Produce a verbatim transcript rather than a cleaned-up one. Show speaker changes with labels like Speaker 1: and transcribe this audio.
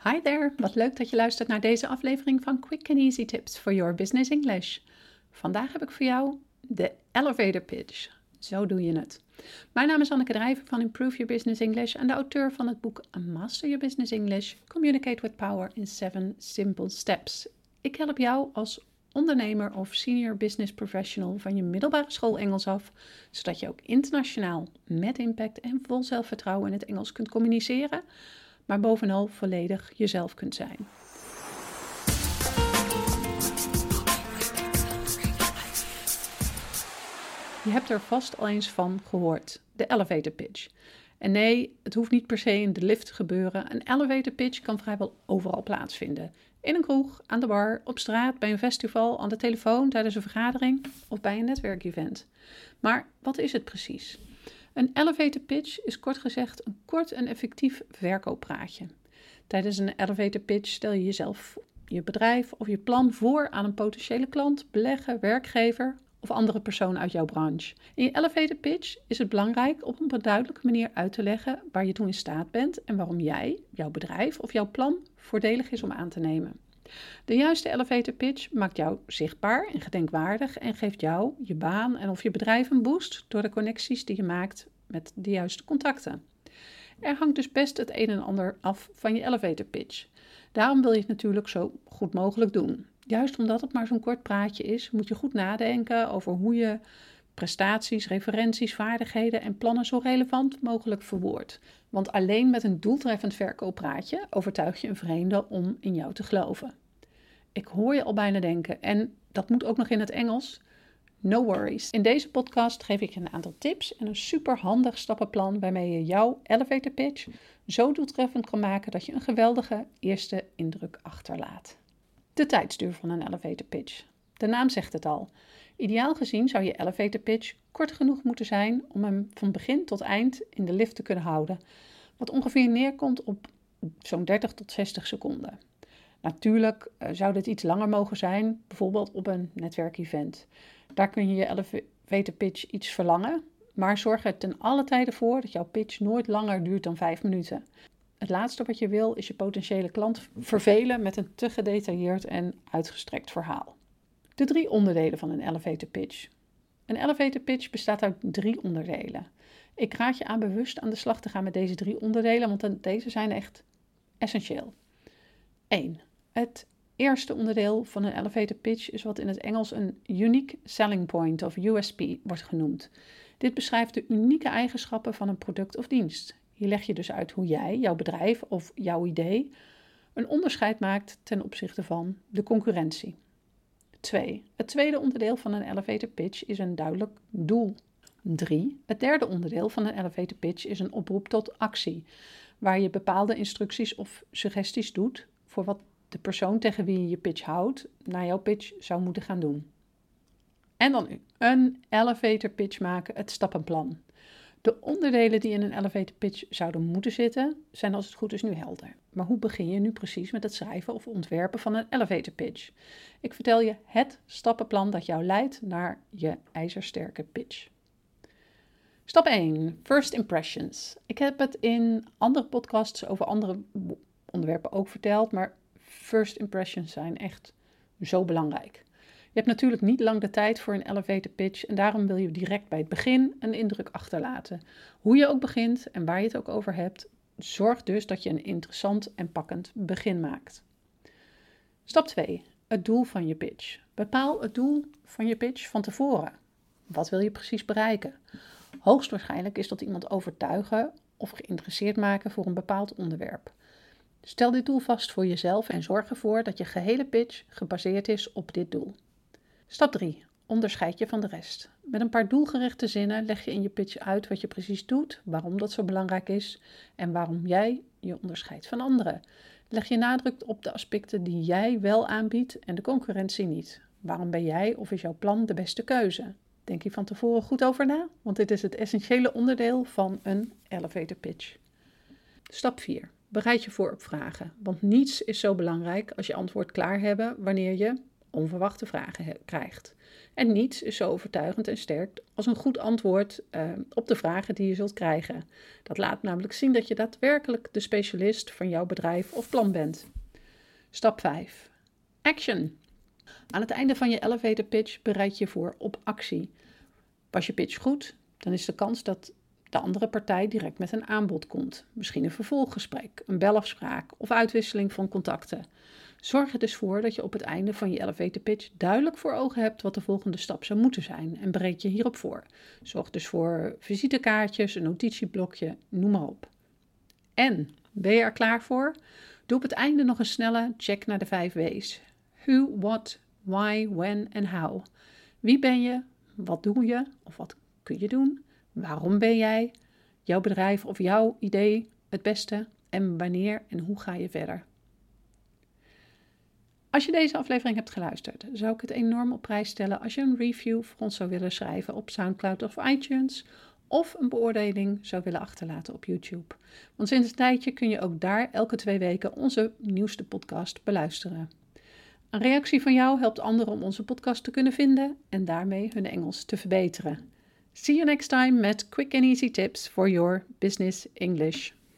Speaker 1: Hi there, wat leuk dat je luistert naar deze aflevering van Quick and Easy Tips for Your Business English. Vandaag heb ik voor jou de elevator pitch. Zo doe je het. Mijn naam is Anneke Drijver van Improve Your Business English en de auteur van het boek Master Your Business English, Communicate with Power in seven Simple Steps. Ik help jou als ondernemer of senior business professional van je middelbare school Engels af, zodat je ook internationaal met impact en vol zelfvertrouwen in het Engels kunt communiceren, maar bovenal volledig jezelf kunt zijn. Je hebt er vast al eens van gehoord, de elevator pitch. En nee, het hoeft niet per se in de lift te gebeuren. Een elevator pitch kan vrijwel overal plaatsvinden. In een kroeg, aan de bar, op straat, bij een festival, aan de telefoon, tijdens een vergadering of bij een netwerkevent. Maar wat is het precies? Een elevator pitch is kort gezegd een kort en effectief verkooppraatje. Tijdens een elevator pitch stel je jezelf, je bedrijf of je plan voor aan een potentiële klant, belegger, werkgever of andere persoon uit jouw branche. In je elevator pitch is het belangrijk om op een duidelijke manier uit te leggen waar je toe in staat bent en waarom jij, jouw bedrijf of jouw plan voordelig is om aan te nemen. De juiste elevator pitch maakt jou zichtbaar en gedenkwaardig en geeft jou, je baan en of je bedrijf een boost door de connecties die je maakt met de juiste contacten. Er hangt dus best het een en ander af van je elevator pitch. Daarom wil je het natuurlijk zo goed mogelijk doen. Juist omdat het maar zo'n kort praatje is, moet je goed nadenken over hoe je prestaties, referenties, vaardigheden en plannen zo relevant mogelijk verwoordt. Want alleen met een doeltreffend verkooppraatje overtuig je een vreemde om in jou te geloven. Ik hoor je al bijna denken, en dat moet ook nog in het Engels. No worries. In deze podcast geef ik je een aantal tips en een super handig stappenplan waarmee je jouw elevator pitch zo doeltreffend kan maken dat je een geweldige eerste indruk achterlaat. De tijdsduur van een elevator pitch. De naam zegt het al. Ideaal gezien zou je elevator pitch kort genoeg moeten zijn om hem van begin tot eind in de lift te kunnen houden, wat ongeveer neerkomt op zo'n dertig tot zestig seconden. Natuurlijk uh, zou dit iets langer mogen zijn, bijvoorbeeld op een netwerkevent. Daar kun je je elevator pitch iets verlangen, maar zorg er ten alle tijde voor dat jouw pitch nooit langer duurt dan vijf minuten. Het laatste wat je wil is je potentiële klant vervelen met een te gedetailleerd en uitgestrekt verhaal. De drie onderdelen van een elevator pitch. Een elevator pitch bestaat uit drie onderdelen. Ik raad je aan bewust aan de slag te gaan met deze drie onderdelen, want deze zijn echt essentieel. één. Het eerste onderdeel van een elevator pitch is wat in het Engels een unique selling point of U S P wordt genoemd. Dit beschrijft de unieke eigenschappen van een product of dienst. Hier leg je dus uit hoe jij, jouw bedrijf of jouw idee een onderscheid maakt ten opzichte van de concurrentie. twee. Het tweede onderdeel van een elevator pitch is een duidelijk doel. drie. Het derde onderdeel van een elevator pitch is een oproep tot actie, waar je bepaalde instructies of suggesties doet voor wat de persoon tegen wie je je pitch houdt naar jouw pitch zou moeten gaan doen. En dan nu, een elevator pitch maken, het stappenplan. De onderdelen die in een elevator pitch zouden moeten zitten, zijn als het goed is nu helder. Maar hoe begin je nu precies met het schrijven of ontwerpen van een elevator pitch? Ik vertel je het stappenplan dat jou leidt naar je ijzersterke pitch. Stap één. First impressions. Ik heb het in andere podcasts over andere onderwerpen ook verteld, maar first impressions zijn echt zo belangrijk. Je hebt natuurlijk niet lang de tijd voor een elevator pitch en daarom wil je direct bij het begin een indruk achterlaten. Hoe je ook begint en waar je het ook over hebt, zorg dus dat je een interessant en pakkend begin maakt. Stap twee. Het doel van je pitch. Bepaal het doel van je pitch van tevoren. Wat wil je precies bereiken? Hoogstwaarschijnlijk is dat iemand overtuigen of geïnteresseerd maken voor een bepaald onderwerp. Stel dit doel vast voor jezelf en zorg ervoor dat je gehele pitch gebaseerd is op dit doel. Stap drie. Onderscheid je van de rest. Met een paar doelgerichte zinnen leg je in je pitch uit wat je precies doet, waarom dat zo belangrijk is en waarom jij je onderscheidt van anderen. Leg je nadruk op de aspecten die jij wel aanbiedt en de concurrentie niet. Waarom ben jij of is jouw plan de beste keuze? Denk hier van tevoren goed over na, want dit is het essentiële onderdeel van een elevator pitch. Stap vier. Bereid je voor op vragen, want niets is zo belangrijk als je antwoord klaar hebben wanneer je onverwachte vragen he- krijgt. En niets is zo overtuigend en sterk als een goed antwoord uh, op de vragen die je zult krijgen. Dat laat namelijk zien dat je daadwerkelijk de specialist van jouw bedrijf of plan bent. Stap vijf. Action. Aan het einde van je elevator pitch bereid je voor op actie. Was je pitch goed, dan is de kans dat de andere partij direct met een aanbod komt. Misschien een vervolggesprek, een belafspraak of uitwisseling van contacten. Zorg er dus voor dat je op het einde van je elevator pitch duidelijk voor ogen hebt wat de volgende stap zou moeten zijn en bereid je hierop voor. Zorg dus voor visitekaartjes, een notitieblokje, noem maar op. En, ben je er klaar voor? Doe op het einde nog een snelle check naar de vijf W's. Who, what, why, when en how. Wie ben je? Wat doe je? Of wat kun je doen? Waarom ben jij, jouw bedrijf of jouw idee het beste? En wanneer en hoe ga je verder? Als je deze aflevering hebt geluisterd, zou ik het enorm op prijs stellen als je een review voor ons zou willen schrijven op SoundCloud of iTunes, of een beoordeling zou willen achterlaten op YouTube. Want sinds een tijdje kun je ook daar elke twee weken onze nieuwste podcast beluisteren. Een reactie van jou helpt anderen om onze podcast te kunnen vinden en daarmee hun Engels te verbeteren. See you next time met quick and easy tips for your business English.